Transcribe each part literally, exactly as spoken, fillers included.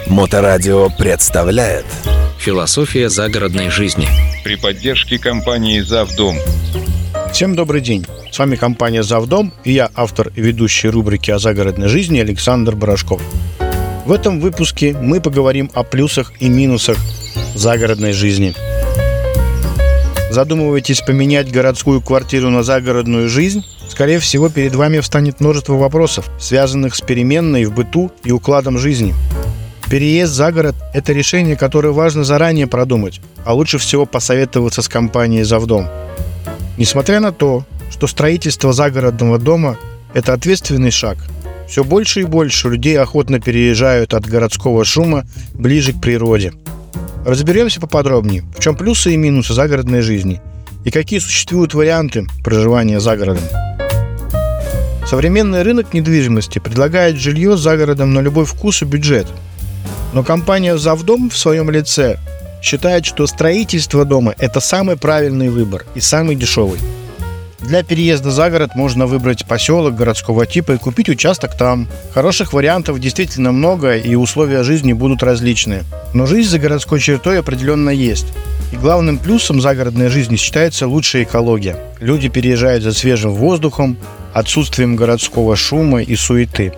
Моторадио представляет Философия загородной жизни при поддержке компании «Завдом». Всем добрый день. С вами компания «Завдом» и я, автор и ведущий рубрики о загородной жизни Александр Барашков. В этом выпуске мы поговорим о плюсах и минусах загородной жизни. Задумываетесь поменять городскую квартиру на загородную жизнь? Скорее всего, перед вами встанет множество вопросов, связанных с переменной в быту и укладом жизни. Переезд за город – это решение, которое важно заранее продумать, а лучше всего посоветоваться с компанией «Завдом». Несмотря на то, что строительство загородного дома – это ответственный шаг, все больше и больше людей охотно переезжают от городского шума ближе к природе. Разберемся поподробнее, в чем плюсы и минусы загородной жизни и какие существуют варианты проживания за городом. Современный рынок недвижимости предлагает жилье за городом на любой вкус и бюджет. Но компания «Завдом» в своем лице считает, что строительство дома – это самый правильный выбор и самый дешевый. Для переезда за город можно выбрать поселок городского типа и купить участок там. Хороших вариантов действительно много, и условия жизни будут различные. Но жизнь за городской чертой определенно есть. И главным плюсом загородной жизни считается лучшая экология. Люди переезжают за свежим воздухом, отсутствием городского шума и суеты.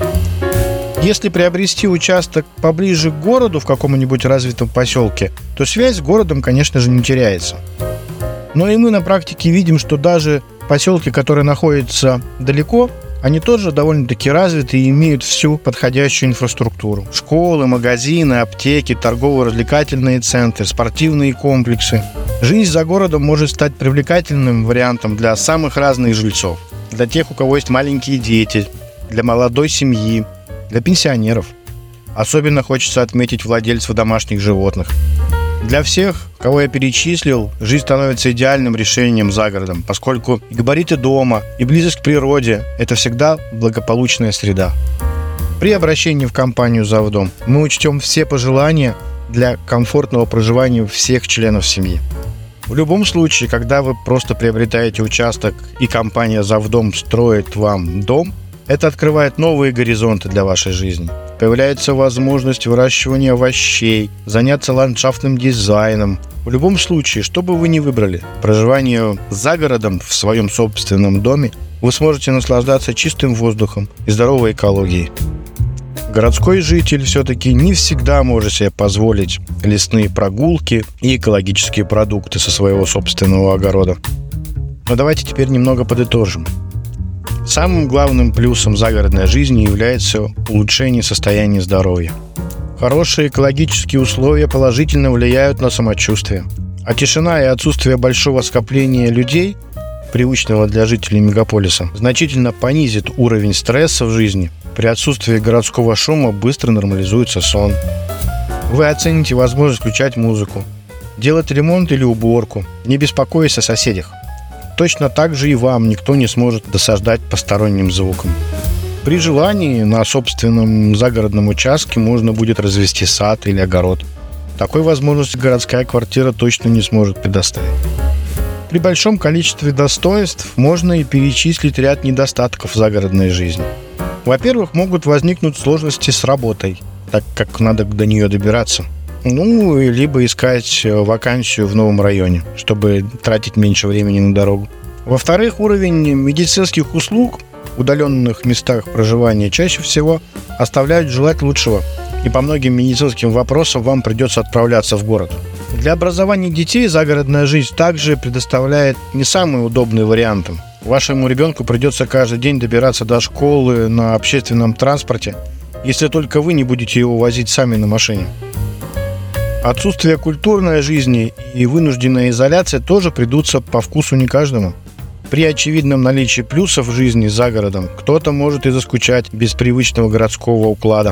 Если приобрести участок поближе к городу в каком-нибудь развитом поселке, то связь с городом, конечно же, не теряется. Но и мы на практике видим, что даже поселки, которые находятся далеко, они тоже довольно-таки развиты и имеют всю подходящую инфраструктуру. Школы, магазины, аптеки, торгово-развлекательные центры, спортивные комплексы. Жизнь за городом может стать привлекательным вариантом для самых разных жильцов. Для тех, у кого есть маленькие дети, для молодой семьи, для пенсионеров. Особенно хочется отметить владельцев домашних животных. Для всех, кого я перечислил, жизнь становится идеальным решением за городом, поскольку и габариты дома, и близость к природе – это всегда благополучная среда. При обращении в компанию «Завдом» мы учтем все пожелания для комфортного проживания всех членов семьи. В любом случае, когда вы просто приобретаете участок и компания «Завдом» строит вам дом, это открывает новые горизонты для вашей жизни. Появляется возможность выращивания овощей, заняться ландшафтным дизайном. В любом случае, что бы вы ни выбрали, проживание за городом в своем собственном доме, вы сможете наслаждаться чистым воздухом и здоровой экологией. Городской житель все-таки не всегда может себе позволить лесные прогулки и экологические продукты со своего собственного огорода. Но давайте теперь немного подытожим. Самым главным плюсом загородной жизни является улучшение состояния здоровья. Хорошие экологические условия положительно влияют на самочувствие, а тишина и отсутствие большого скопления людей, привычного для жителей мегаполиса, значительно понизит уровень стресса в жизни. При отсутствии городского шума быстро нормализуется сон. Вы оцените возможность включать музыку, делать ремонт или уборку, не беспокоясь о соседях. Точно так же и вам никто не сможет досаждать посторонним звукам. При желании на собственном загородном участке можно будет развести сад или огород. Такой возможности городская квартира точно не сможет предоставить. При большом количестве достоинств можно и перечислить ряд недостатков загородной жизни. Во-первых, могут возникнуть сложности с работой, так как надо до нее добираться. Ну, либо искать вакансию в новом районе, чтобы тратить меньше времени на дорогу. Во-вторых, уровень медицинских услуг в удаленных местах проживания чаще всего оставляют желать лучшего. И по многим медицинским вопросам вам придется отправляться в город. Для образования детей загородная жизнь также предоставляет не самые удобные варианты. Вашему ребенку придется каждый день добираться до школы на общественном транспорте, если только вы не будете его возить сами на машине. Отсутствие культурной жизни и вынужденная изоляция тоже придутся по вкусу не каждому. При очевидном наличии плюсов в жизни за городом кто-то может и заскучать без привычного городского уклада.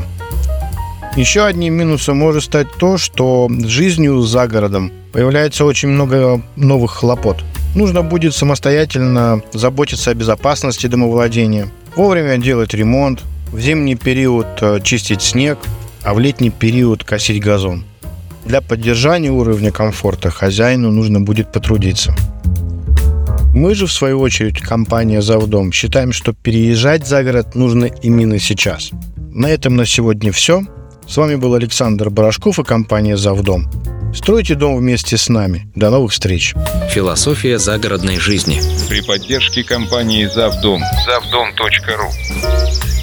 Еще одним минусом может стать то, что с жизнью за городом появляется очень много новых хлопот. Нужно будет самостоятельно заботиться о безопасности домовладения, вовремя делать ремонт, в зимний период чистить снег, а в летний период косить газон. Для поддержания уровня комфорта хозяину нужно будет потрудиться. Мы же, в свою очередь, компания «Завдом», считаем, что переезжать за город нужно именно сейчас. На этом на сегодня все. С вами был Александр Барашков и компания «Завдом». Стройте дом вместе с нами. До новых встреч. Философия загородной жизни. При поддержке компании Завдом. завдом точка ру.